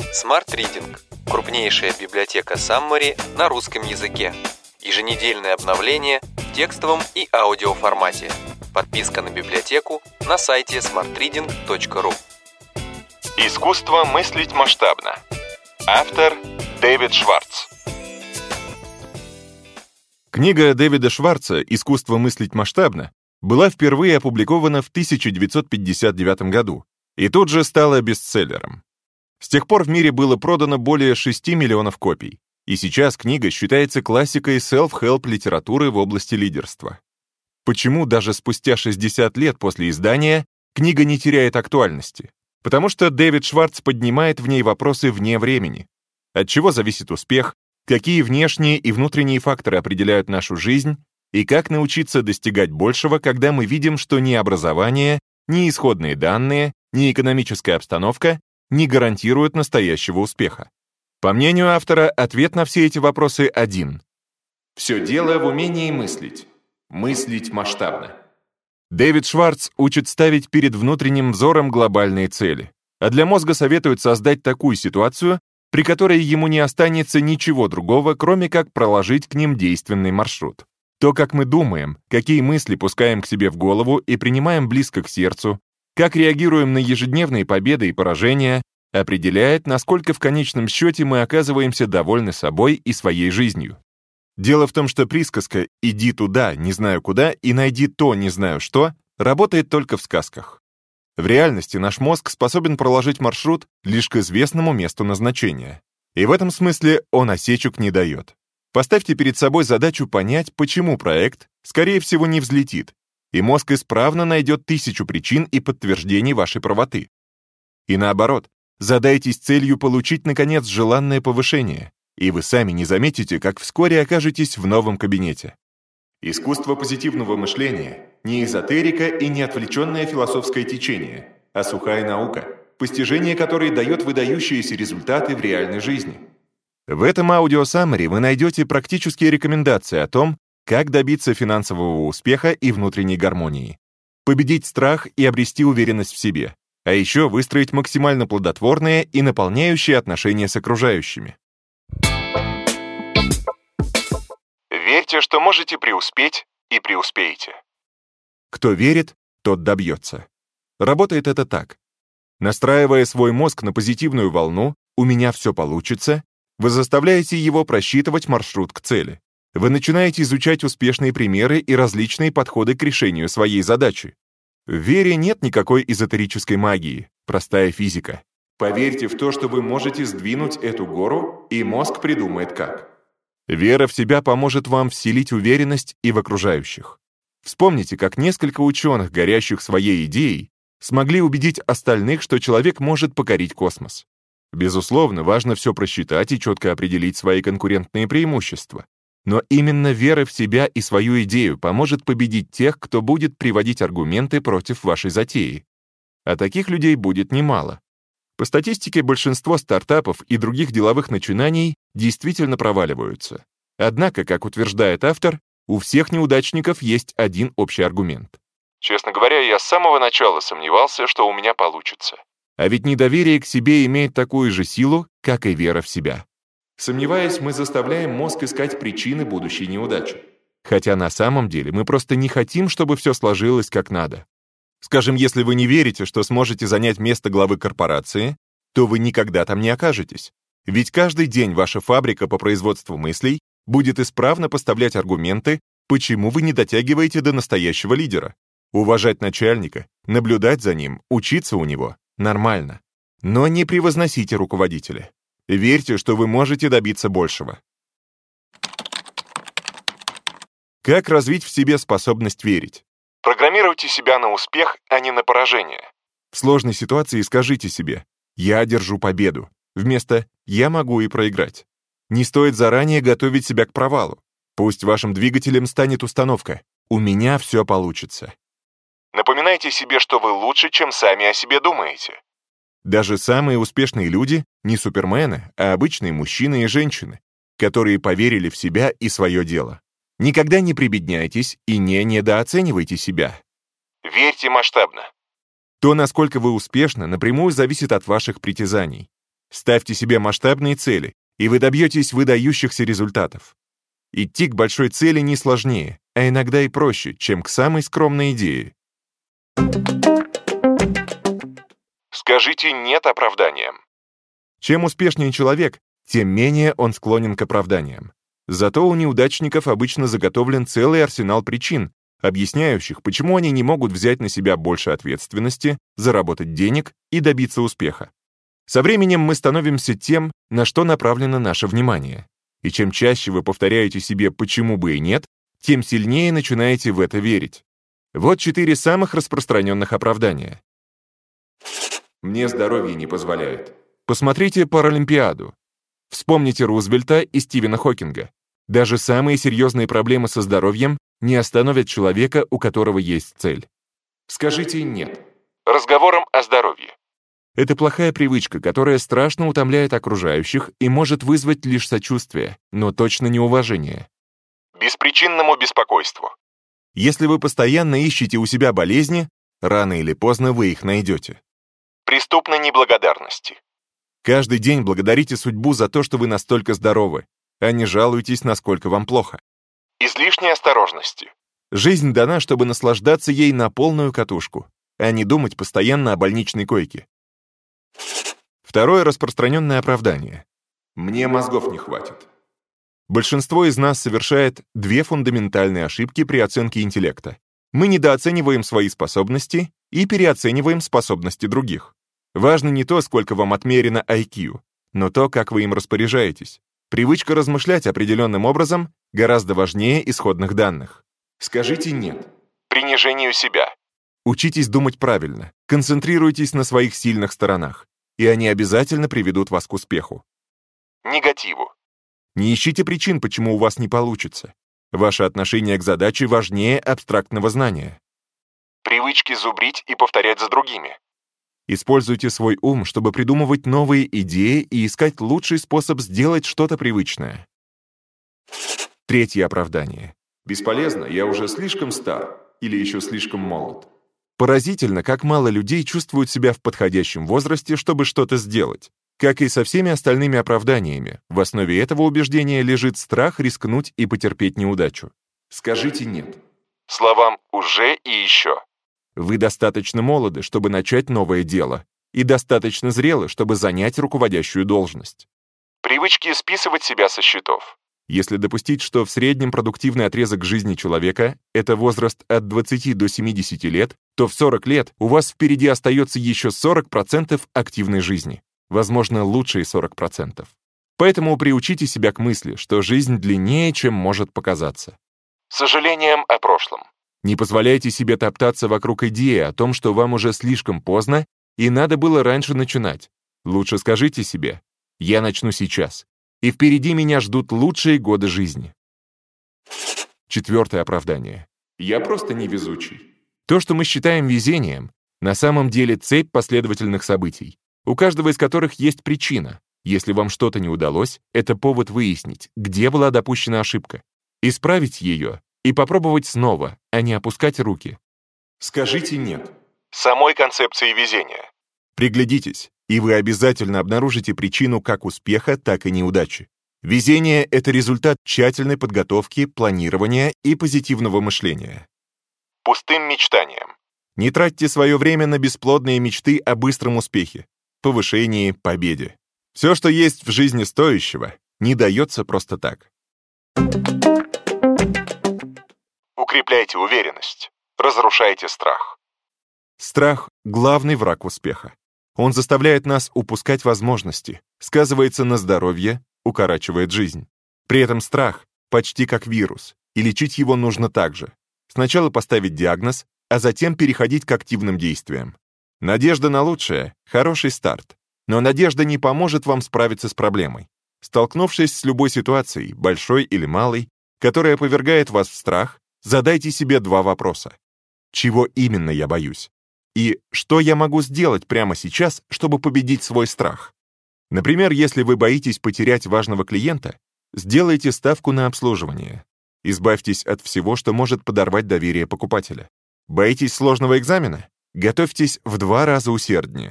Smart Reading – крупнейшая библиотека Summary на русском языке. Еженедельное обновление в текстовом и аудиоформате. Подписка на библиотеку на сайте smartreading.ru. Искусство мыслить масштабно. Автор Дэвид Шварц. Книга Дэвида Шварца «Искусство мыслить масштабно» была впервые опубликована в 1959 году и тут же стала бестселлером. С тех пор в мире было продано более 6 миллионов копий, и сейчас книга считается классикой self-help литературы в области лидерства. Почему даже спустя 60 лет после издания книга не теряет актуальности? Потому что Дэвид Шварц поднимает в ней вопросы вне времени. От чего зависит успех, какие внешние и внутренние факторы определяют нашу жизнь, и как научиться достигать большего, когда мы видим, что ни образование, ни исходные данные, ни экономическая обстановка не гарантируют настоящего успеха. По мнению автора, ответ на все эти вопросы один. Все дело в умении мыслить. Мыслить масштабно. Дэвид Шварц учит ставить перед внутренним взором глобальные цели, а для мозга советует создать такую ситуацию, при которой ему не останется ничего другого, кроме как проложить к ним действенный маршрут. То, как мы думаем, какие мысли пускаем к себе в голову и принимаем близко к сердцу, как реагируем на ежедневные победы и поражения, определяет, насколько в конечном счете мы оказываемся довольны собой и своей жизнью. Дело в том, что присказка «иди туда, не знаю куда, и найди то, не знаю что» работает только в сказках. В реальности наш мозг способен проложить маршрут лишь к известному месту назначения. И в этом смысле он осечек не дает. Поставьте перед собой задачу понять, почему проект, скорее всего, не взлетит, и мозг исправно найдет 1000 причин и подтверждений вашей правоты. И наоборот, задайтесь целью получить, наконец, желанное повышение, и вы сами не заметите, как вскоре окажетесь в новом кабинете. Искусство позитивного мышления — не эзотерика и не отвлеченное философское течение, а сухая наука, постижение которой дает выдающиеся результаты в реальной жизни. В этом аудиосаммари вы найдете практические рекомендации о том, как добиться финансового успеха и внутренней гармонии, победить страх и обрести уверенность в себе, а еще выстроить максимально плодотворные и наполняющие отношения с окружающими. Верьте, что можете преуспеть, и преуспеете. Кто верит, тот добьется. Работает это так. Настраивая свой мозг на позитивную волну «у меня все получится», вы заставляете его просчитывать маршрут к цели. Вы начинаете изучать успешные примеры и различные подходы к решению своей задачи. В вере нет никакой эзотерической магии, простая физика. Поверьте в то, что вы можете сдвинуть эту гору, и мозг придумает как. Вера в себя поможет вам вселить уверенность и в окружающих. Вспомните, как несколько ученых, горящих своей идеей, смогли убедить остальных, что человек может покорить космос. Безусловно, важно все просчитать и четко определить свои конкурентные преимущества. Но именно вера в себя и свою идею поможет победить тех, кто будет приводить аргументы против вашей затеи. А таких людей будет немало. По статистике, большинство стартапов и других деловых начинаний действительно проваливаются. Однако, как утверждает автор, у всех неудачников есть один общий аргумент. Честно говоря, я с самого начала сомневался, что у меня получится. А ведь недоверие к себе имеет такую же силу, как и вера в себя. Сомневаясь, мы заставляем мозг искать причины будущей неудачи. Хотя на самом деле мы просто не хотим, чтобы все сложилось как надо. Скажем, если вы не верите, что сможете занять место главы корпорации, то вы никогда там не окажетесь. Ведь каждый день ваша фабрика по производству мыслей будет исправно поставлять аргументы, почему вы не дотягиваете до настоящего лидера. Уважать начальника, наблюдать за ним, учиться у него — нормально. Но не превозносите руководителя. Верьте, что вы можете добиться большего. Как развить в себе способность верить? Программируйте себя на успех, а не на поражение. В сложной ситуации скажите себе «я одержу победу» вместо «я могу и проиграть». Не стоит заранее готовить себя к провалу. Пусть вашим двигателем станет установка «у меня все получится». Напоминайте себе, что вы лучше, чем сами о себе думаете. Даже самые успешные люди не супермены, а обычные мужчины и женщины, которые поверили в себя и свое дело. Никогда не прибедняйтесь и не недооценивайте себя. Верьте масштабно. То, насколько вы успешны, напрямую зависит от ваших притязаний. Ставьте себе масштабные цели, и вы добьетесь выдающихся результатов. Идти к большой цели не сложнее, а иногда и проще, чем к самой скромной идее. Скажите «нет» оправданиям. Чем успешнее человек, тем менее он склонен к оправданиям. Зато у неудачников обычно заготовлен целый арсенал причин, объясняющих, почему они не могут взять на себя больше ответственности, заработать денег и добиться успеха. Со временем мы становимся тем, на что направлено наше внимание. И чем чаще вы повторяете себе «почему бы и нет», тем сильнее начинаете в это верить. Вот 4 самых распространенных оправдания. Мне здоровье не позволяет. Посмотрите Паралимпиаду. Вспомните Рузвельта и Стивена Хокинга. Даже самые серьезные проблемы со здоровьем не остановят человека, у которого есть цель. Скажите «нет» Разговором о здоровье. Это плохая привычка, которая страшно утомляет окружающих и может вызвать лишь сочувствие, но точно не уважение. Беспричинному беспокойству. Если вы постоянно ищете у себя болезни, рано или поздно вы их найдете. Преступной неблагодарности. Каждый день благодарите судьбу за то, что вы настолько здоровы, а не жалуйтесь, насколько вам плохо. Излишней осторожности. Жизнь дана, чтобы наслаждаться ей на полную катушку, а не думать постоянно о больничной койке. Второе распространенное оправдание. Мне мозгов не хватит. Большинство из нас совершает 2 фундаментальные ошибки при оценке интеллекта. Мы недооцениваем свои способности и переоцениваем способности других. Важно не то, сколько вам отмерено IQ, но то, как вы им распоряжаетесь. Привычка размышлять определенным образом гораздо важнее исходных данных. Скажите «нет» Принижению себя. Учитесь думать правильно, концентрируйтесь на своих сильных сторонах, и они обязательно приведут вас к успеху. Негативу. Не ищите причин, почему у вас не получится. Ваше отношение к задаче важнее абстрактного знания. Привычки зубрить и повторять за другими. Используйте свой ум, чтобы придумывать новые идеи и искать лучший способ сделать что-то привычное. Третье оправдание. Бесполезно, я уже слишком стар или еще слишком молод. Поразительно, как мало людей чувствуют себя в подходящем возрасте, чтобы что-то сделать. Как и со всеми остальными оправданиями, в основе этого убеждения лежит страх рискнуть и потерпеть неудачу. Скажите «нет» Словам «уже» и «еще». Вы достаточно молоды, чтобы начать новое дело, и достаточно зрелы, чтобы занять руководящую должность. Привычки списывать себя со счетов. Если допустить, что в среднем продуктивный отрезок жизни человека — это возраст от 20 до 70 лет, то в 40 лет у вас впереди остается еще 40% активной жизни. Возможно, лучшие 40%. Поэтому приучите себя к мысли, что жизнь длиннее, чем может показаться. Сожалением о прошлом. Не позволяйте себе топтаться вокруг идеи о том, что вам уже слишком поздно и надо было раньше начинать. Лучше скажите себе «я начну сейчас», и впереди меня ждут лучшие годы жизни. Четвертое оправдание. Я просто невезучий. То, что мы считаем везением, на самом деле цепь последовательных событий, у каждого из которых есть причина. Если вам что-то не удалось, это повод выяснить, где была допущена ошибка, исправить ее и попробовать снова, а не опускать руки. Скажите «нет» Самой концепции везения. Приглядитесь, и вы обязательно обнаружите причину как успеха, так и неудачи. Везение — это результат тщательной подготовки, планирования и позитивного мышления. Пустым мечтанием. Не тратьте свое время на бесплодные мечты о быстром успехе, повышении, победе. Все, что есть в жизни стоящего, не дается просто так. Укрепляйте уверенность. Разрушайте страх. Страх — главный враг успеха. Он заставляет нас упускать возможности, сказывается на здоровье, укорачивает жизнь. При этом страх почти как вирус, и лечить его нужно так же. Сначала поставить диагноз, а затем переходить к активным действиям. Надежда на лучшее — хороший старт, но надежда не поможет вам справиться с проблемой. Столкнувшись с любой ситуацией, большой или малой, которая повергает вас в страх, задайте себе 2 вопроса. Чего именно я боюсь? И что я могу сделать прямо сейчас, чтобы победить свой страх? Например, если вы боитесь потерять важного клиента, сделайте ставку на обслуживание. Избавьтесь от всего, что может подорвать доверие покупателя. Боитесь сложного экзамена? Готовьтесь в 2 раза усерднее.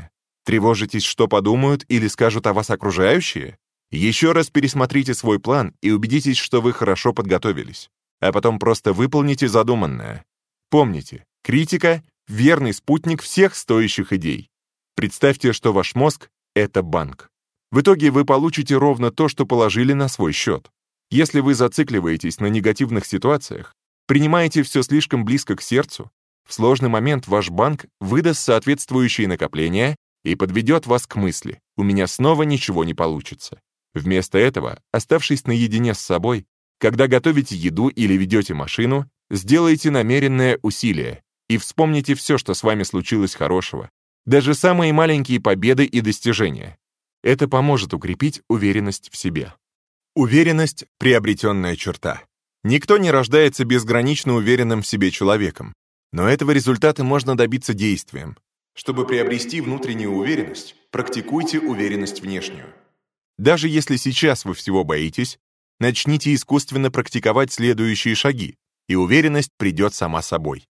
Тревожитесь, что подумают или скажут о вас окружающие? Еще раз пересмотрите свой план и убедитесь, что вы хорошо подготовились. А потом просто выполните задуманное. Помните, критика — верный спутник всех стоящих идей. Представьте, что ваш мозг — это банк. В итоге вы получите ровно то, что положили на свой счет. Если вы зацикливаетесь на негативных ситуациях, принимаете все слишком близко к сердцу, в сложный момент ваш банк выдаст соответствующие накопления и подведет вас к мысли: «У меня снова ничего не получится». Вместо этого, оставшись наедине с собой, когда готовите еду или ведете машину, сделайте намеренное усилие и вспомните все, что с вами случилось хорошего, даже самые маленькие победы и достижения. Это поможет укрепить уверенность в себе. Уверенность — приобретенная черта. Никто не рождается безгранично уверенным в себе человеком, но этого результата можно добиться действием. Чтобы приобрести внутреннюю уверенность, практикуйте уверенность внешнюю. Даже если сейчас вы всего боитесь, начните искусственно практиковать следующие шаги, и уверенность придет сама собой.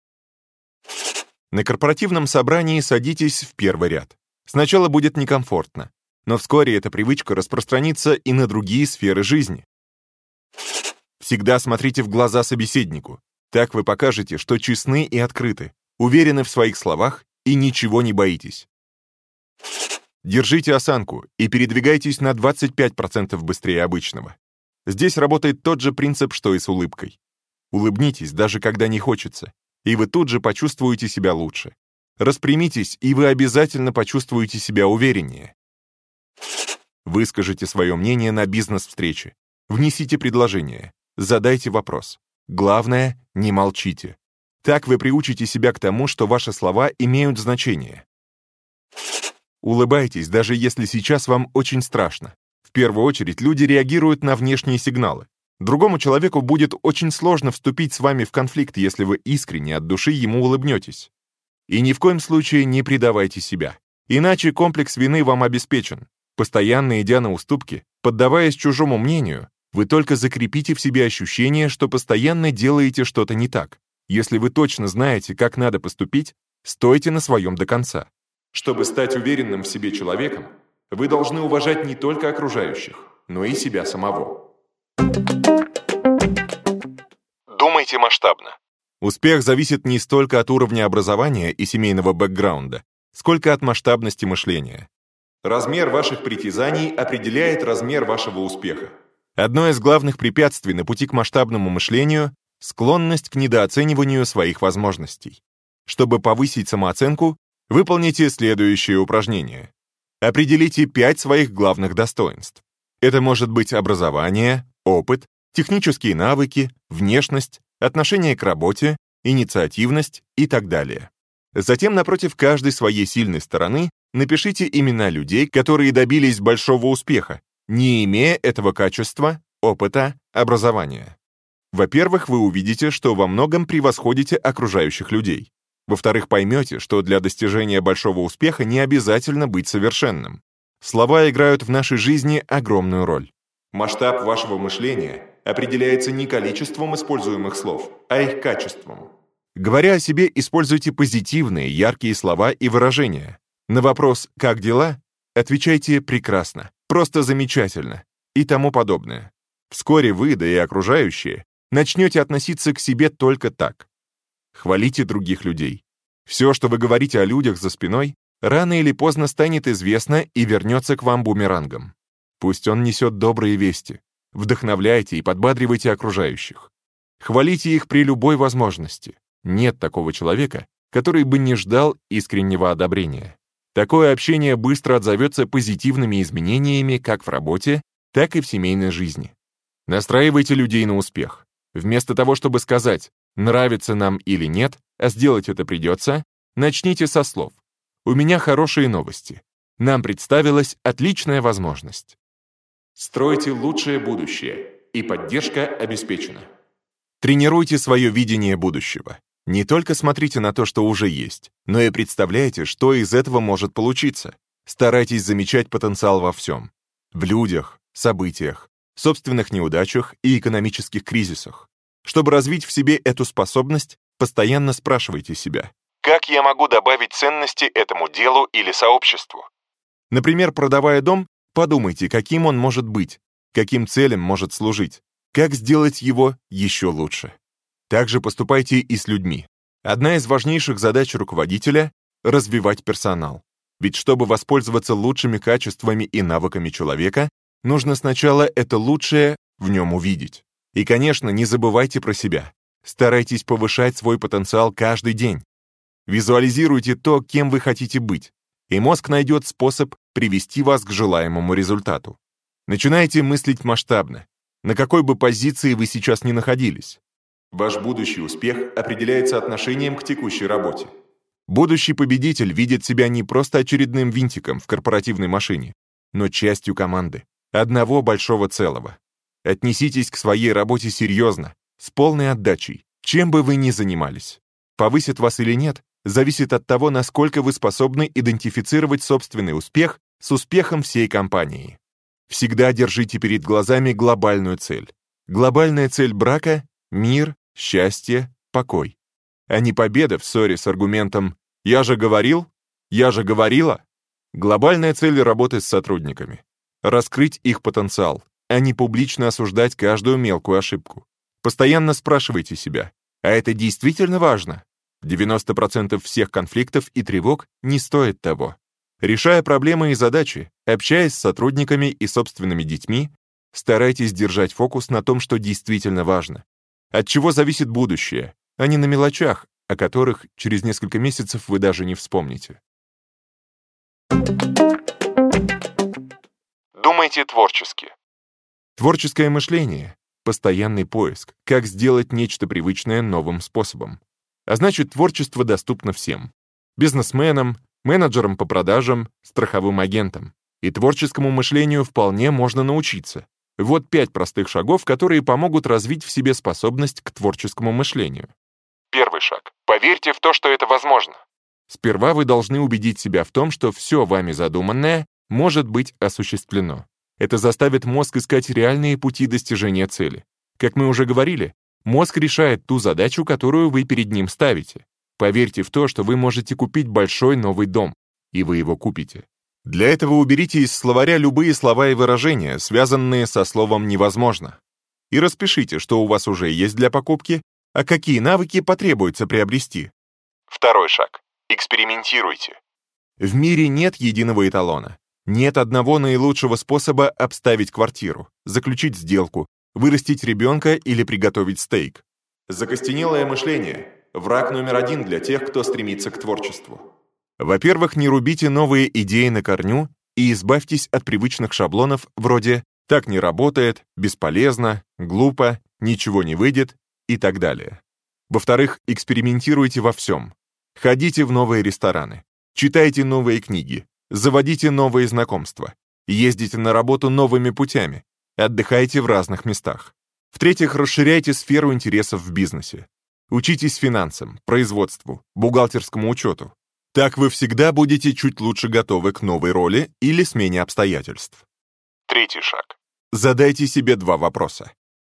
На корпоративном собрании садитесь в первый ряд. Сначала будет некомфортно, но вскоре эта привычка распространится и на другие сферы жизни. Всегда смотрите в глаза собеседнику. Так вы покажете, что честны и открыты, уверены в своих словах и ничего не боитесь. Держите осанку и передвигайтесь на 25% быстрее обычного. Здесь работает тот же принцип, что и с улыбкой. Улыбнитесь, даже когда не хочется, и вы тут же почувствуете себя лучше. Распрямитесь, и вы обязательно почувствуете себя увереннее. Выскажите свое мнение на бизнес-встрече. Внесите предложение. Задайте вопрос. Главное, не молчите. Так вы приучите себя к тому, что ваши слова имеют значение. Улыбайтесь, даже если сейчас вам очень страшно. В первую очередь люди реагируют на внешние сигналы. Другому человеку будет очень сложно вступить с вами в конфликт, если вы искренне от души ему улыбнетесь. И ни в коем случае не предавайте себя. Иначе комплекс вины вам обеспечен. Постоянно идя на уступки, поддаваясь чужому мнению, вы только закрепите в себе ощущение, что постоянно делаете что-то не так. Если вы точно знаете, как надо поступить, стойте на своем до конца. Чтобы стать уверенным в себе человеком, вы должны уважать не только окружающих, но и себя самого. Думайте масштабно. Успех зависит не столько от уровня образования и семейного бэкграунда, сколько от масштабности мышления. Размер ваших притязаний определяет размер вашего успеха. Одно из главных препятствий на пути к масштабному мышлению — склонность к недооцениванию своих возможностей. Чтобы повысить самооценку, выполните следующее упражнение. Определите 5 своих главных достоинств. Это может быть образование, опыт, технические навыки, внешность, отношение к работе, инициативность и так далее. Затем напротив каждой своей сильной стороны напишите имена людей, которые добились большого успеха, не имея этого качества, опыта, образования. Во-первых, вы увидите, что во многом превосходите окружающих людей. Во-вторых, поймете, что для достижения большого успеха не обязательно быть совершенным. Слова играют в нашей жизни огромную роль. Масштаб вашего мышления определяется не количеством используемых слов, а их качеством. Говоря о себе, используйте позитивные, яркие слова и выражения. На вопрос «как дела?» отвечайте «прекрасно», «просто замечательно» и тому подобное. Вскоре вы, да и окружающие, начнете относиться к себе только так. Хвалите других людей. Все, что вы говорите о людях за спиной, рано или поздно станет известно и вернется к вам бумерангом. Пусть он несет добрые вести. Вдохновляйте и подбадривайте окружающих. Хвалите их при любой возможности. Нет такого человека, который бы не ждал искреннего одобрения. Такое общение быстро отзовется позитивными изменениями как в работе, так и в семейной жизни. Настраивайте людей на успех. Вместо того, чтобы сказать «нравится нам или нет», а сделать это придется, начните со слов «У меня хорошие новости. Нам представилась отличная возможность». Стройте лучшее будущее, и поддержка обеспечена. Тренируйте свое видение будущего. Не только смотрите на то, что уже есть, но и представляйте, что из этого может получиться. Старайтесь замечать потенциал во всем. В людях, событиях, собственных неудачах и экономических кризисах. Чтобы развить в себе эту способность, постоянно спрашивайте себя: Как я могу добавить ценности этому делу или сообществу? Например, продавая дом, подумайте, каким он может быть, каким целям может служить, как сделать его еще лучше. Также поступайте и с людьми. Одна из важнейших задач руководителя — развивать персонал. Ведь чтобы воспользоваться лучшими качествами и навыками человека, нужно сначала это лучшее в нем увидеть. И, конечно, не забывайте про себя. Старайтесь повышать свой потенциал каждый день. Визуализируйте то, кем вы хотите быть, и мозг найдет способ привести вас к желаемому результату. Начинайте мыслить масштабно, на какой бы позиции вы сейчас ни находились. Ваш будущий успех определяется отношением к текущей работе. Будущий победитель видит себя не просто очередным винтиком в корпоративной машине, но частью команды, одного большого целого. Отнеситесь к своей работе серьезно, с полной отдачей, чем бы вы ни занимались. Повысит вас или нет, зависит от того, насколько вы способны идентифицировать собственный успех с успехом всей компании. Всегда держите перед глазами глобальную цель. Глобальная цель брака — мир, счастье, покой. А не победа в ссоре с аргументом «я же говорил», «я же говорила». Глобальная цель работы с сотрудниками — раскрыть их потенциал, а не публично осуждать каждую мелкую ошибку. Постоянно спрашивайте себя, а это действительно важно? 90% всех конфликтов и тревог не стоит того. Решая проблемы и задачи, общаясь с сотрудниками и собственными детьми, старайтесь держать фокус на том, что действительно важно. От чего зависит будущее, а не на мелочах, о которых через несколько месяцев вы даже не вспомните. Думайте творчески. Творческое мышление — постоянный поиск, как сделать нечто привычное новым способом. А значит, творчество доступно всем. Бизнесменам, менеджерам по продажам, страховым агентам. И творческому мышлению вполне можно научиться. Вот 5 простых шагов, которые помогут развить в себе способность к творческому мышлению. Первый шаг. Поверьте в то, что это возможно. Сперва вы должны убедить себя в том, что все вами задуманное может быть осуществлено. Это заставит мозг искать реальные пути достижения цели. Как мы уже говорили, мозг решает ту задачу, которую вы перед ним ставите. Поверьте в то, что вы можете купить большой новый дом, и вы его купите. Для этого уберите из словаря любые слова и выражения, связанные со словом «невозможно». И распишите, что у вас уже есть для покупки, а какие навыки потребуется приобрести. Второй шаг. Экспериментируйте. В мире нет единого эталона. Нет одного наилучшего способа обставить квартиру, заключить сделку, вырастить ребенка или приготовить стейк. Закостенелое мышление — враг номер 1 для тех, кто стремится к творчеству. Во-первых, не рубите новые идеи на корню и избавьтесь от привычных шаблонов вроде «так не работает», «бесполезно», «глупо», «ничего не выйдет» и так далее. Во-вторых, экспериментируйте во всем. Ходите в новые рестораны, читайте новые книги, заводите новые знакомства, ездите на работу новыми путями, отдыхайте в разных местах. В-третьих, расширяйте сферу интересов в бизнесе. Учитесь финансам, производству, бухгалтерскому учету. Так вы всегда будете чуть лучше готовы к новой роли или смене обстоятельств. Третий шаг. Задайте себе 2 вопроса.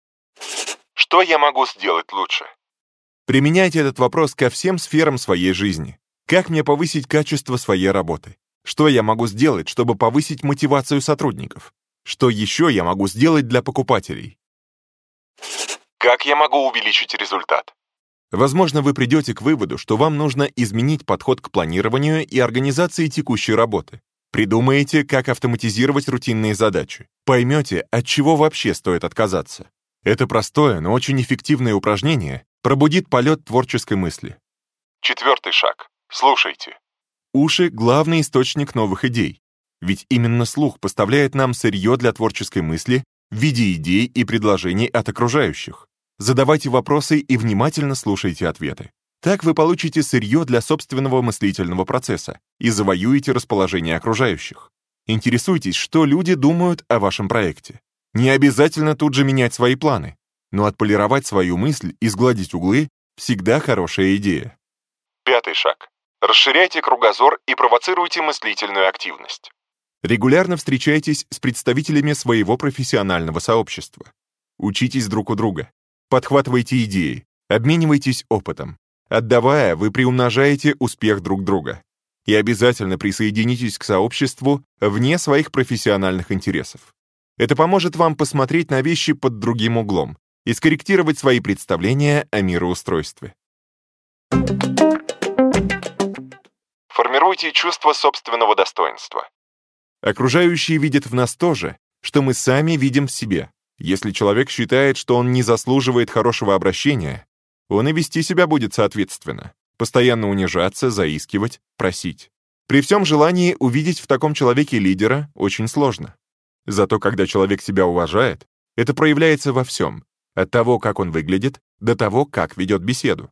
Что я могу сделать лучше? Применяйте этот вопрос ко всем сферам своей жизни. Как мне повысить качество своей работы? Что я могу сделать, чтобы повысить мотивацию сотрудников? Что еще я могу сделать для покупателей? Как я могу увеличить результат? Возможно, вы придете к выводу, что вам нужно изменить подход к планированию и организации текущей работы. Придумаете, как автоматизировать рутинные задачи. Поймете, от чего вообще стоит отказаться. Это простое, но очень эффективное упражнение пробудит полет творческой мысли. Четвертый шаг. Слушайте. Уши — главный источник новых идей. Ведь именно слух поставляет нам сырье для творческой мысли в виде идей и предложений от окружающих. Задавайте вопросы и внимательно слушайте ответы. Так вы получите сырье для собственного мыслительного процесса и завоюете расположение окружающих. Интересуйтесь, что люди думают о вашем проекте. Не обязательно тут же менять свои планы, но отполировать свою мысль и сгладить углы — всегда хорошая идея. Пятый шаг. Расширяйте кругозор и провоцируйте мыслительную активность. Регулярно встречайтесь с представителями своего профессионального сообщества. Учитесь друг у друга. Подхватывайте идеи, обменивайтесь опытом. Отдавая, вы приумножаете успех друг друга. И обязательно присоединитесь к сообществу вне своих профессиональных интересов. Это поможет вам посмотреть на вещи под другим углом и скорректировать свои представления о мироустройстве. Формируйте чувство собственного достоинства. Окружающие видят в нас то же, что мы сами видим в себе. Если человек считает, что он не заслуживает хорошего обращения, он и вести себя будет соответственно. Постоянно унижаться, заискивать, просить. При всем желании увидеть в таком человеке лидера очень сложно. Зато когда человек себя уважает, это проявляется во всем, от того, как он выглядит, до того, как ведет беседу.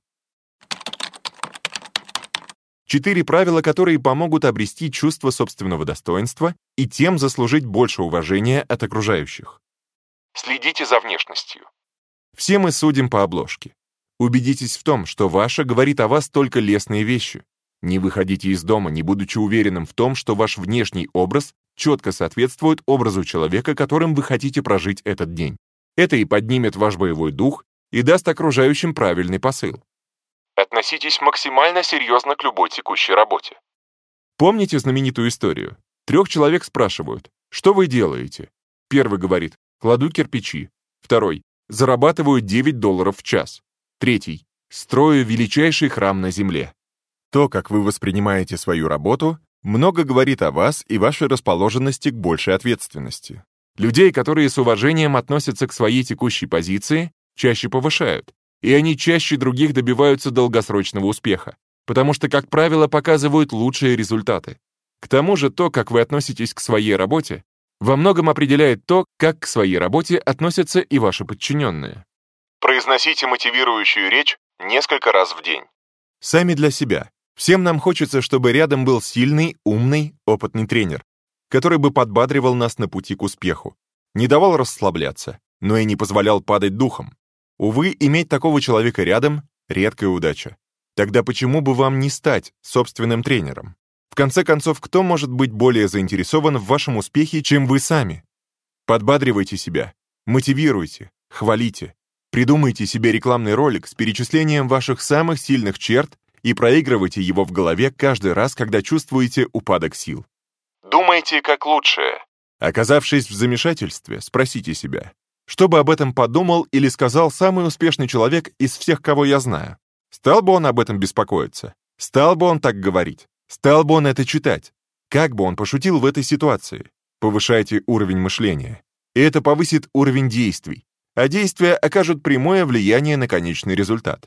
4 правила, которые помогут обрести чувство собственного достоинства и тем заслужить больше уважения от окружающих. Следите за внешностью. Все мы судим по обложке. Убедитесь в том, что ваша говорит о вас только лестные вещи. Не выходите из дома, не будучи уверенным в том, что ваш внешний образ четко соответствует образу человека, которым вы хотите прожить этот день. Это и поднимет ваш боевой дух, и даст окружающим правильный посыл. Относитесь максимально серьезно к любой текущей работе. Помните знаменитую историю? 3 человек спрашивают: «Что вы делаете?» Первый говорит: «Кладу кирпичи». Второй: «Зарабатываю $9 в час». Третий: «Строю величайший храм на земле». То, как вы воспринимаете свою работу, много говорит о вас и вашей расположенности к большей ответственности. Людей, которые с уважением относятся к своей текущей позиции, чаще повышают, и они чаще других добиваются долгосрочного успеха, потому что, как правило, показывают лучшие результаты. К тому же то, как вы относитесь к своей работе, во многом определяет то, как к своей работе относятся и ваши подчиненные. Произносите мотивирующую речь несколько раз в день. Сами для себя. Всем нам хочется, чтобы рядом был сильный, умный, опытный тренер, который бы подбадривал нас на пути к успеху, не давал расслабляться, но и не позволял падать духом. Увы, иметь такого человека рядом — редкая удача. Тогда почему бы вам не стать собственным тренером? В конце концов, кто может быть более заинтересован в вашем успехе, чем вы сами? Подбадривайте себя, мотивируйте, хвалите. Придумайте себе рекламный ролик с перечислением ваших самых сильных черт и проигрывайте его в голове каждый раз, когда чувствуете упадок сил. Думайте как лучшее. Оказавшись в замешательстве, спросите себя: что бы об этом подумал или сказал самый успешный человек из всех, кого я знаю? Стал бы он об этом беспокоиться? Стал бы он так говорить? Стал бы он это читать? Как бы он пошутил в этой ситуации? Повышайте уровень мышления. И это повысит уровень действий, а действия окажут прямое влияние на конечный результат.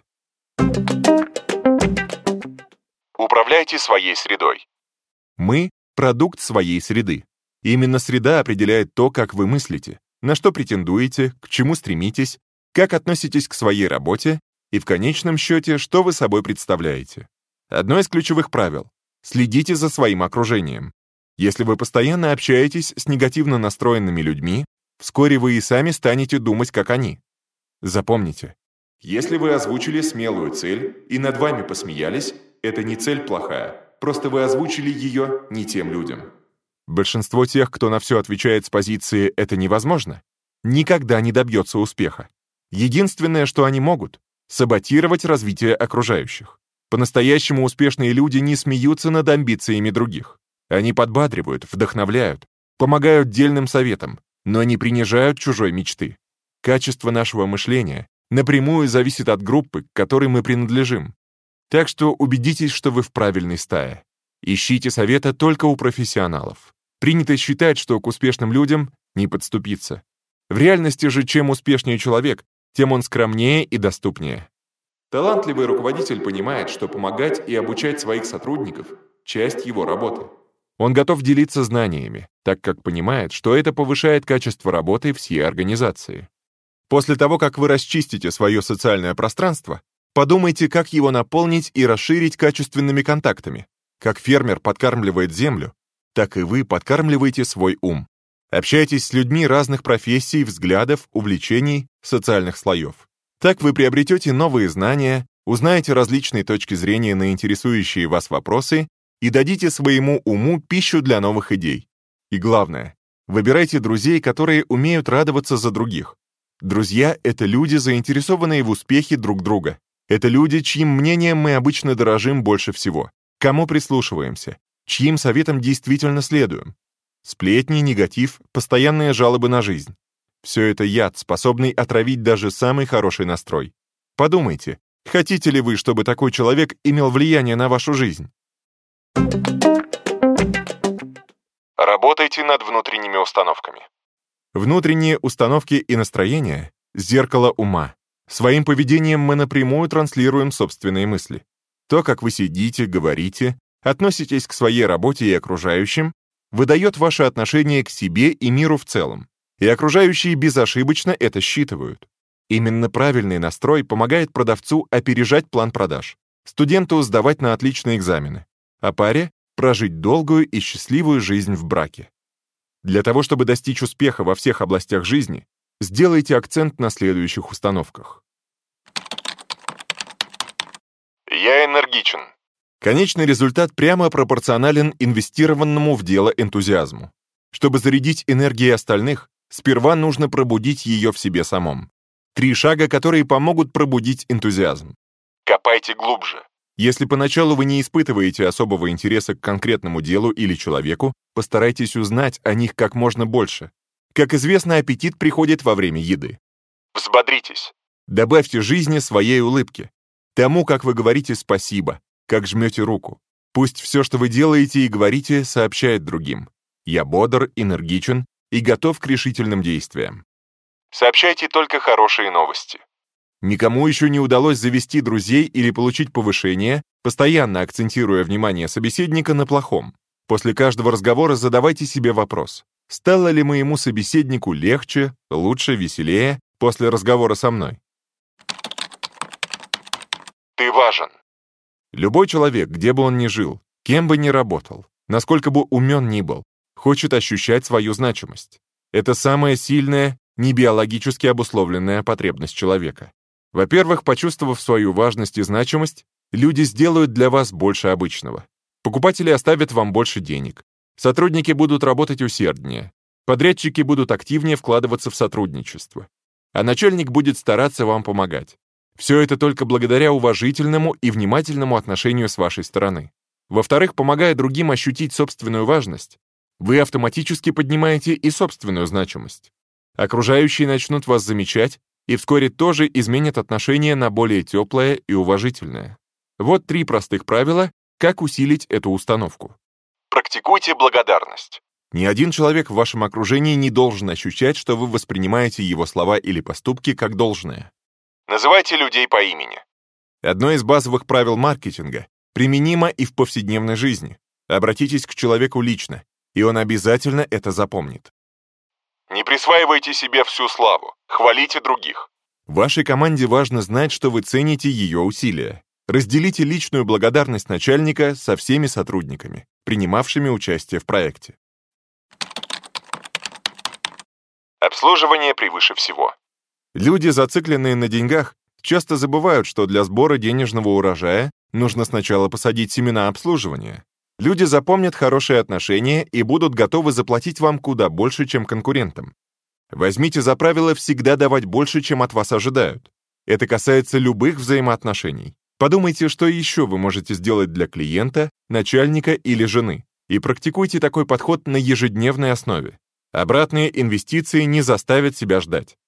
Управляйте своей средой. Мы — продукт своей среды. Именно среда определяет то, как вы мыслите, на что претендуете, к чему стремитесь, как относитесь к своей работе и, в конечном счете, что вы собой представляете. Одно из ключевых правил — следите за своим окружением. Если вы постоянно общаетесь с негативно настроенными людьми, вскоре вы и сами станете думать, как они. Запомните, если вы озвучили смелую цель и над вами посмеялись, это не цель плохая, просто вы озвучили ее не тем людям. Большинство тех, кто на все отвечает с позиции «это невозможно», никогда не добьется успеха. Единственное, что они могут — саботировать развитие окружающих. По-настоящему успешные люди не смеются над амбициями других. Они подбадривают, вдохновляют, помогают дельным советам, но не принижают чужой мечты. Качество нашего мышления напрямую зависит от группы, к которой мы принадлежим. Так что убедитесь, что вы в правильной стае. Ищите совета только у профессионалов. Принято считать, что к успешным людям не подступиться. В реальности же, чем успешнее человек, тем он скромнее и доступнее. Талантливый руководитель понимает, что помогать и обучать своих сотрудников — часть его работы. Он готов делиться знаниями, так как понимает, что это повышает качество работы всей организации. После того, как вы расчистите свое социальное пространство, подумайте, как его наполнить и расширить качественными контактами. Как фермер подкармливает землю, так и вы подкармливаете свой ум. Общайтесь с людьми разных профессий, взглядов, увлечений, социальных слоев. Так вы приобретете новые знания, узнаете различные точки зрения на интересующие вас вопросы и дадите своему уму пищу для новых идей. И главное, выбирайте друзей, которые умеют радоваться за других. Друзья — это люди, заинтересованные в успехе друг друга. Это люди, чьим мнением мы обычно дорожим больше всего. К кому прислушиваемся? Чьим советам действительно следуем? Сплетни, негатив, постоянные жалобы на жизнь. Все это яд, способный отравить даже самый хороший настрой. Подумайте, хотите ли вы, чтобы такой человек имел влияние на вашу жизнь? Работайте над внутренними установками. Внутренние установки и настроения — зеркало ума. Своим поведением мы напрямую транслируем собственные мысли. То, как вы сидите, говорите, относитесь к своей работе и окружающим, выдает ваше отношение к себе и миру в целом. И окружающие безошибочно это считывают. Именно правильный настрой помогает продавцу опережать план продаж, студенту сдавать на отличные экзамены, а паре прожить долгую и счастливую жизнь в браке. Для того, чтобы достичь успеха во всех областях жизни, сделайте акцент на следующих установках. Я энергичен. Конечный результат прямо пропорционален инвестированному в дело энтузиазму. Чтобы зарядить энергией остальных, сперва нужно пробудить ее в себе самом. 3 шага, которые помогут пробудить энтузиазм. Копайте глубже. Если поначалу вы не испытываете особого интереса к конкретному делу или человеку, постарайтесь узнать о них как можно больше. Как известно, аппетит приходит во время еды. Взбодритесь. Добавьте жизни своей улыбки. Тому, как вы говорите спасибо, как жмете руку. Пусть все, что вы делаете и говорите, сообщает другим. Я бодр, энергичен и готов к решительным действиям. Сообщайте только хорошие новости. Никому еще не удалось завести друзей или получить повышение, постоянно акцентируя внимание собеседника на плохом. После каждого разговора задавайте себе вопрос: стало ли моему собеседнику легче, лучше, веселее после разговора со мной? Ты важен. Любой человек, где бы он ни жил, кем бы ни работал, насколько бы умен ни был, хочет ощущать свою значимость. Это самая сильная, не биологически обусловленная потребность человека. Во-первых, почувствовав свою важность и значимость, люди сделают для вас больше обычного. Покупатели оставят вам больше денег. Сотрудники будут работать усерднее. Подрядчики будут активнее вкладываться в сотрудничество. А начальник будет стараться вам помогать. Все это только благодаря уважительному и внимательному отношению с вашей стороны. Во-вторых, помогая другим ощутить собственную важность, вы автоматически поднимаете и собственную значимость. Окружающие начнут вас замечать и вскоре тоже изменят отношение на более теплое и уважительное. Вот 3 простых правила, как усилить эту установку. Практикуйте благодарность. Ни один человек в вашем окружении не должен ощущать, что вы воспринимаете его слова или поступки как должное. Называйте людей по имени. Одно из базовых правил маркетинга применимо и в повседневной жизни. Обратитесь к человеку лично, и он обязательно это запомнит. Не присваивайте себе всю славу. Хвалите других. Вашей команде важно знать, что вы цените ее усилия. Разделите личную благодарность начальника со всеми сотрудниками, принимавшими участие в проекте. Обслуживание превыше всего. Люди, зацикленные на деньгах, часто забывают, что для сбора денежного урожая нужно сначала посадить семена обслуживания. Люди запомнят хорошие отношения и будут готовы заплатить вам куда больше, чем конкурентам. Возьмите за правило всегда давать больше, чем от вас ожидают. Это касается любых взаимоотношений. Подумайте, что еще вы можете сделать для клиента, начальника или жены, и практикуйте такой подход на ежедневной основе. Обратные инвестиции не заставят себя ждать.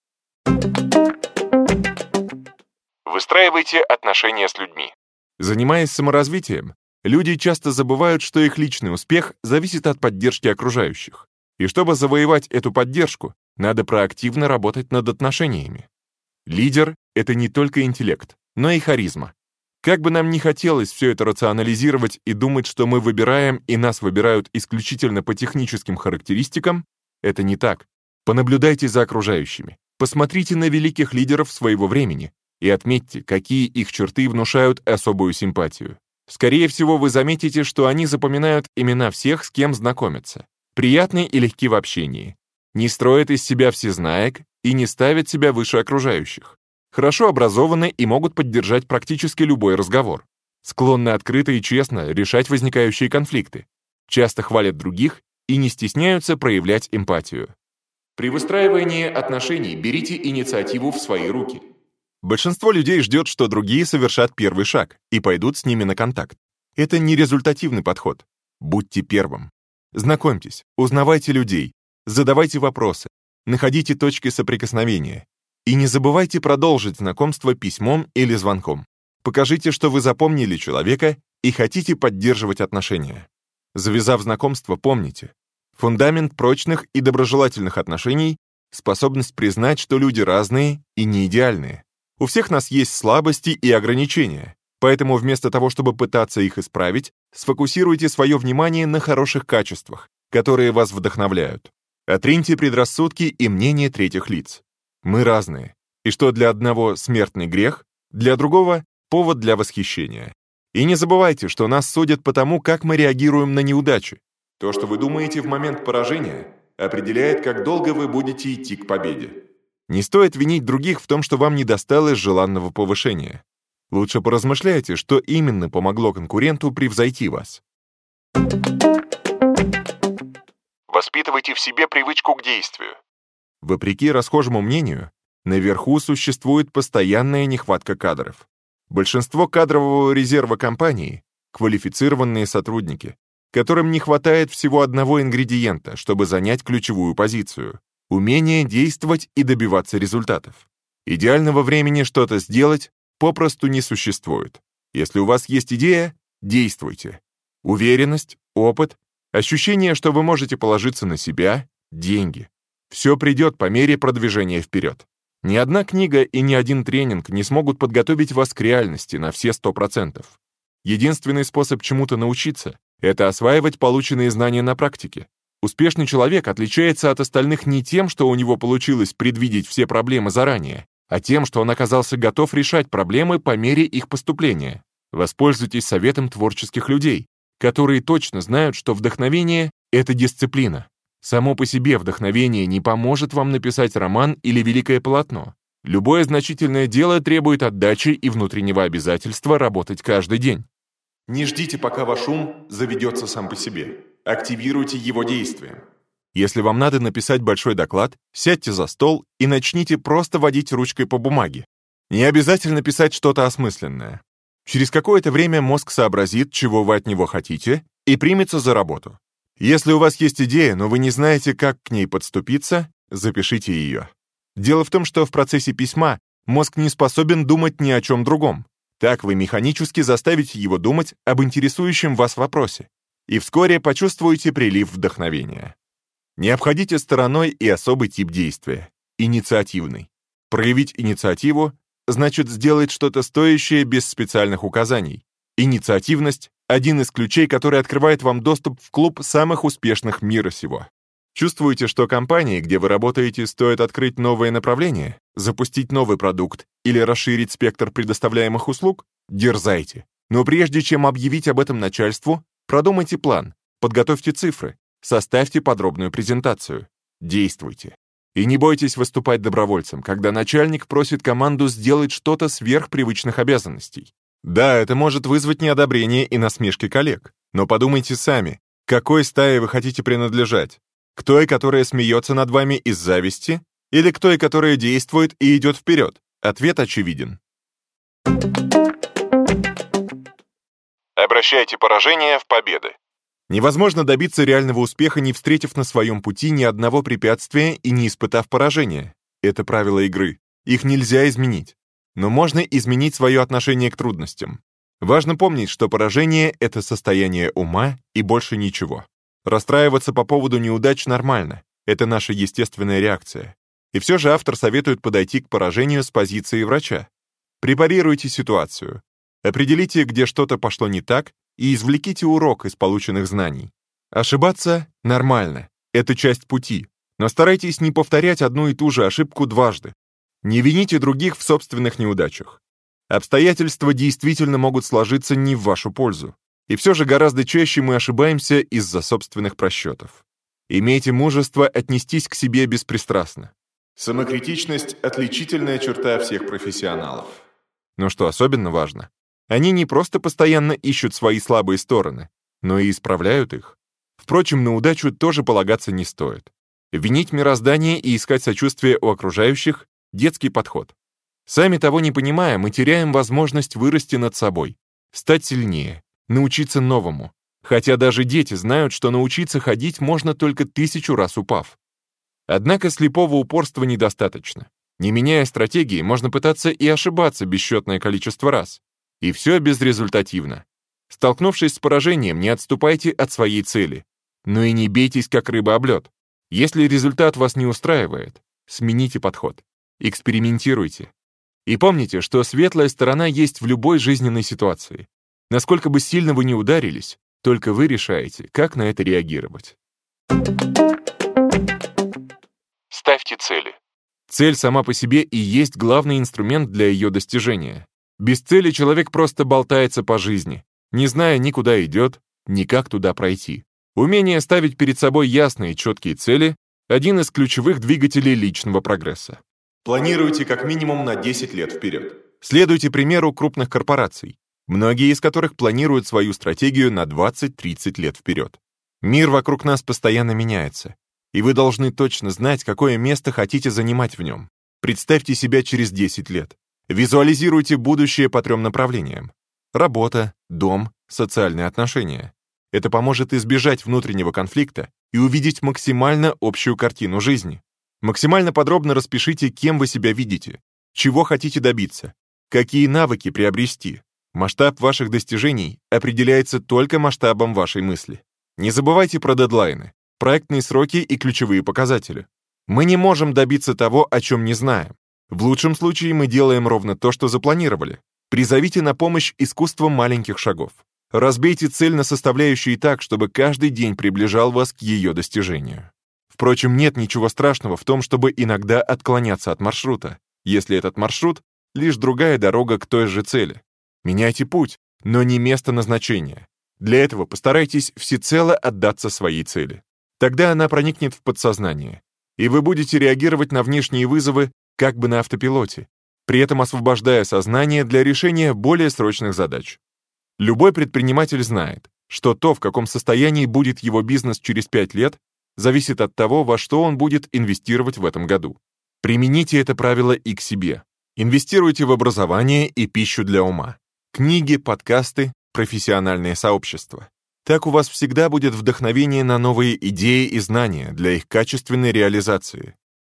Выстраивайте отношения с людьми. Занимаясь саморазвитием, люди часто забывают, что их личный успех зависит от поддержки окружающих. И чтобы завоевать эту поддержку, надо проактивно работать над отношениями. Лидер — это не только интеллект, но и харизма. Как бы нам ни хотелось все это рационализировать и думать, что мы выбираем и нас выбирают исключительно по техническим характеристикам, это не так. Понаблюдайте за окружающими, посмотрите на великих лидеров своего времени и отметьте, какие их черты внушают особую симпатию. Скорее всего, вы заметите, что они запоминают имена всех, с кем знакомятся. Приятны и легки в общении. Не строят из себя всезнаек и не ставят себя выше окружающих. Хорошо образованы и могут поддержать практически любой разговор. Склонны открыто и честно решать возникающие конфликты. Часто хвалят других и не стесняются проявлять эмпатию. При выстраивании отношений берите инициативу в свои руки. Большинство людей ждет, что другие совершат первый шаг и пойдут с ними на контакт. Это не результативный подход. Будьте первым. Знакомьтесь, узнавайте людей, задавайте вопросы, находите точки соприкосновения. И не забывайте продолжить знакомство письмом или звонком. Покажите, что вы запомнили человека и хотите поддерживать отношения. Завязав знакомство, помните, фундамент прочных и доброжелательных отношений — способность признать, что люди разные и не идеальные. У всех нас есть слабости и ограничения, поэтому вместо того, чтобы пытаться их исправить, сфокусируйте свое внимание на хороших качествах, которые вас вдохновляют. Отриньте предрассудки и мнения третьих лиц. Мы разные, и что для одного смертный грех, для другого — повод для восхищения. И не забывайте, что нас судят по тому, как мы реагируем на неудачи. То, что вы думаете в момент поражения, определяет, как долго вы будете идти к победе. Не стоит винить других в том, что вам не досталось желанного повышения. Лучше поразмышляйте, что именно помогло конкуренту превзойти вас. Воспитывайте в себе привычку к действию. Вопреки расхожему мнению, наверху существует постоянная нехватка кадров. Большинство кадрового резерва компании — квалифицированные сотрудники, которым не хватает всего одного ингредиента, чтобы занять ключевую позицию — умение действовать и добиваться результатов. Идеального времени что-то сделать попросту не существует. Если у вас есть идея, действуйте. Уверенность, опыт, ощущение, что вы можете положиться на себя, деньги. Все придет по мере продвижения вперед. Ни одна книга и ни один тренинг не смогут подготовить вас к реальности на все 100%. Единственный способ чему-то научиться — это осваивать полученные знания на практике. Успешный человек отличается от остальных не тем, что у него получилось предвидеть все проблемы заранее, а тем, что он оказался готов решать проблемы по мере их поступления. Воспользуйтесь советом творческих людей, которые точно знают, что вдохновение — это дисциплина. Само по себе вдохновение не поможет вам написать роман или великое полотно. Любое значительное дело требует отдачи и внутреннего обязательства работать каждый день. Не ждите, пока ваш ум заведется сам по себе. Активируйте его действием. Если вам надо написать большой доклад, сядьте за стол и начните просто водить ручкой по бумаге. Не обязательно писать что-то осмысленное. Через какое-то время мозг сообразит, чего вы от него хотите, и примется за работу. Если у вас есть идея, но вы не знаете, как к ней подступиться, запишите ее. Дело в том, что в процессе письма мозг не способен думать ни о чем другом. Так вы механически заставите его думать об интересующем вас вопросе, и вскоре почувствуете прилив вдохновения. Не обходите стороной и особый тип действия — инициативный. Проявить инициативу значит сделать что-то стоящее без специальных указаний. Инициативность — один из ключей, который открывает вам доступ в клуб самых успешных мира сего. Чувствуете, что компании, где вы работаете, стоит открыть новое направление, запустить новый продукт или расширить спектр предоставляемых услуг? Дерзайте. Но прежде чем объявить об этом начальству, продумайте план, подготовьте цифры, составьте подробную презентацию. Действуйте. И не бойтесь выступать добровольцем, когда начальник просит команду сделать что-то сверх привычных обязанностей. Да, это может вызвать неодобрение и насмешки коллег, но подумайте сами, к какой стае вы хотите принадлежать? К той, которая смеется над вами из зависти, или к той, которая действует и идет вперед? Ответ очевиден. Обращайте поражения в победы. Невозможно добиться реального успеха, не встретив на своем пути ни одного препятствия и не испытав поражения. Это правила игры. Их нельзя изменить. Но можно изменить свое отношение к трудностям. Важно помнить, что поражение — это состояние ума и больше ничего. Расстраиваться по поводу неудач нормально. Это наша естественная реакция. И все же автор советует подойти к поражению с позиции врача. Препарируйте ситуацию. Определите, где что-то пошло не так, и извлеките урок из полученных знаний. Ошибаться — нормально. Это часть пути. Но старайтесь не повторять одну и ту же ошибку дважды. Не вините других в собственных неудачах. Обстоятельства действительно могут сложиться не в вашу пользу. И все же гораздо чаще мы ошибаемся из-за собственных просчетов. Имейте мужество отнестись к себе беспристрастно. Самокритичность — отличительная черта всех профессионалов. Но что особенно важно, они не просто постоянно ищут свои слабые стороны, но и исправляют их. Впрочем, на удачу тоже полагаться не стоит. Винить мироздание и искать сочувствие у окружающих — детский подход. Сами того не понимая, мы теряем возможность вырасти над собой, стать сильнее, научиться новому. Хотя даже дети знают, что научиться ходить можно только 1000 раз упав. Однако слепого упорства недостаточно. Не меняя стратегии, можно пытаться и ошибаться бесчетное количество раз. И все безрезультативно. Столкнувшись с поражением, не отступайте от своей цели. Но и не бейтесь, как рыба об лед. Если результат вас не устраивает, смените подход. Экспериментируйте. И помните, что светлая сторона есть в любой жизненной ситуации. Насколько бы сильно вы ни ударились, только вы решаете, как на это реагировать. Ставьте цели. Цель сама по себе и есть главный инструмент для ее достижения. Без цели человек просто болтается по жизни, не зная ни куда идет, ни как туда пройти. Умение ставить перед собой ясные и четкие цели – один из ключевых двигателей личного прогресса. Планируйте как минимум на 10 лет вперед. Следуйте примеру крупных корпораций, многие из которых планируют свою стратегию на 20-30 лет вперед. Мир вокруг нас постоянно меняется, и вы должны точно знать, какое место хотите занимать в нем. Представьте себя через 10 лет. Визуализируйте будущее по 3 направлениям. Работа, дом, социальные отношения. Это поможет избежать внутреннего конфликта и увидеть максимально общую картину жизни. Максимально подробно распишите, кем вы себя видите, чего хотите добиться, какие навыки приобрести. Масштаб ваших достижений определяется только масштабом вашей мысли. Не забывайте про дедлайны, проектные сроки и ключевые показатели. Мы не можем добиться того, о чем не знаем. В лучшем случае мы делаем ровно то, что запланировали. Призовите на помощь искусство маленьких шагов. Разбейте цель на составляющие так, чтобы каждый день приближал вас к ее достижению. Впрочем, нет ничего страшного в том, чтобы иногда отклоняться от маршрута, если этот маршрут — лишь другая дорога к той же цели. Меняйте путь, но не место назначения. Для этого постарайтесь всецело отдаться своей цели. Тогда она проникнет в подсознание, и вы будете реагировать на внешние вызовы как бы на автопилоте, при этом освобождая сознание для решения более срочных задач. Любой предприниматель знает, что то, в каком состоянии будет его бизнес через 5 лет, зависит от того, во что он будет инвестировать в этом году. Примените это правило и к себе. Инвестируйте в образование и пищу для ума. Книги, подкасты, профессиональное сообщество. Так у вас всегда будет вдохновение на новые идеи и знания для их качественной реализации.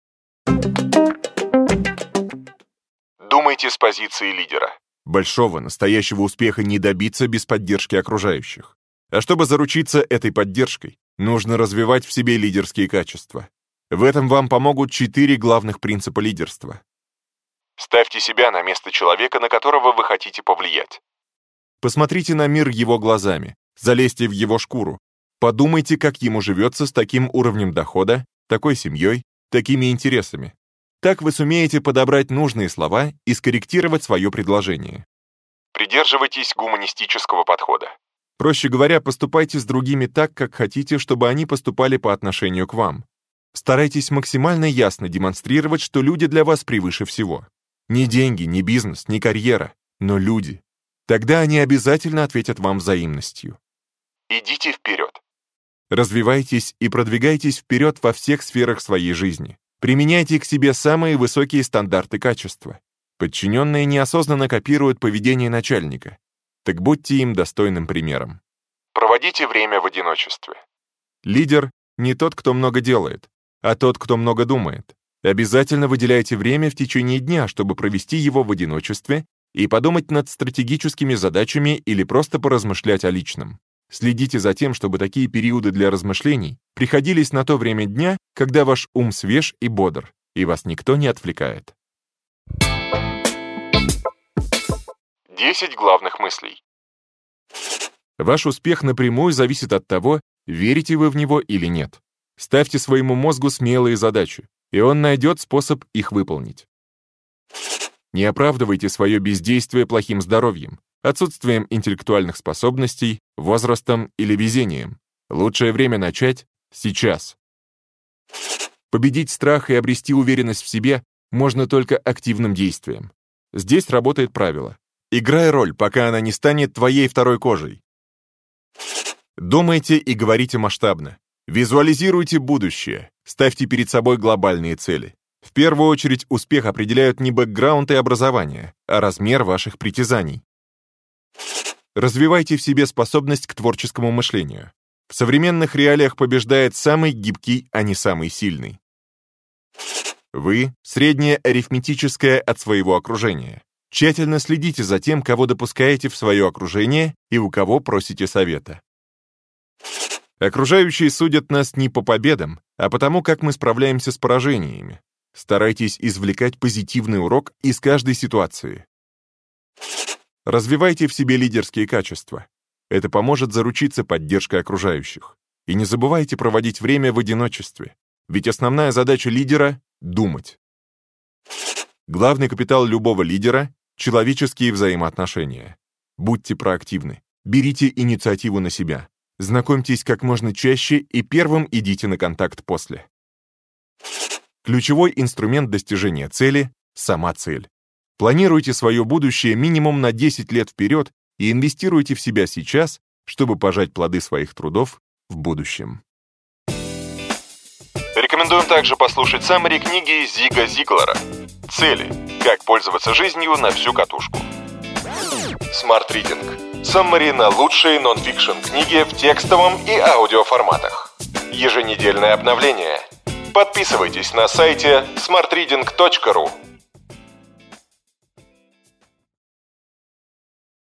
Думайте с позиции лидера. Большого, настоящего успеха не добиться без поддержки окружающих. А чтобы заручиться этой поддержкой, нужно развивать в себе лидерские качества. В этом вам помогут 4 главных принципа лидерства. Ставьте себя на место человека, на которого вы хотите повлиять. Посмотрите на мир его глазами, залезьте в его шкуру. Подумайте, как ему живется с таким уровнем дохода, такой семьей, такими интересами. Так вы сумеете подобрать нужные слова и скорректировать свое предложение. Придерживайтесь гуманистического подхода. Проще говоря, поступайте с другими так, как хотите, чтобы они поступали по отношению к вам. Старайтесь максимально ясно демонстрировать, что люди для вас превыше всего. Не деньги, не бизнес, не карьера, но люди. Тогда они обязательно ответят вам взаимностью. Идите вперед. Развивайтесь и продвигайтесь вперед во всех сферах своей жизни. Применяйте к себе самые высокие стандарты качества. Подчиненные неосознанно копируют поведение начальника. Так будьте им достойным примером. Проводите время в одиночестве. Лидер — не тот, кто много делает, а тот, кто много думает. Обязательно выделяйте время в течение дня, чтобы провести его в одиночестве и подумать над стратегическими задачами или просто поразмышлять о личном. Следите за тем, чтобы такие периоды для размышлений приходились на то время дня, когда ваш ум свеж и бодр, и вас никто не отвлекает. 10 главных мыслей. Ваш успех напрямую зависит от того, верите вы в него или нет. Ставьте своему мозгу смелые задачи, и он найдет способ их выполнить. Не оправдывайте свое бездействие плохим здоровьем, отсутствием интеллектуальных способностей, возрастом или везением. Лучшее время начать сейчас. Победить страх и обрести уверенность в себе можно только активным действием. Здесь работает правило: играй роль, пока она не станет твоей второй кожей. Думайте и говорите масштабно. Визуализируйте будущее, ставьте перед собой глобальные цели. В первую очередь успех определяют не бэкграунд и образование, а размер ваших притязаний. Развивайте в себе способность к творческому мышлению. В современных реалиях побеждает самый гибкий, а не самый сильный. Вы — среднее арифметическое от своего окружения. Тщательно следите за тем, кого допускаете в свое окружение и у кого просите совета. Окружающие судят нас не по победам, а по тому, как мы справляемся с поражениями. Старайтесь извлекать позитивный урок из каждой ситуации. Развивайте в себе лидерские качества. Это поможет заручиться поддержкой окружающих. И не забывайте проводить время в одиночестве, ведь основная задача лидера — думать. Главный капитал любого лидера — человеческие взаимоотношения. Будьте проактивны, берите инициативу на себя, знакомьтесь как можно чаще и первым идите на контакт после. Ключевой инструмент достижения цели — сама цель. Планируйте свое будущее минимум на 10 лет вперед и инвестируйте в себя сейчас, чтобы пожать плоды своих трудов в будущем. Рекомендуем также послушать саммари книги Зига Зиглара «Цели. Как пользоваться жизнью на всю катушку». Smart Reading. Саммари на лучшие нон-фикшн книги в текстовом и аудиоформатах. Еженедельное обновление. Подписывайтесь на сайте smartreading.ru.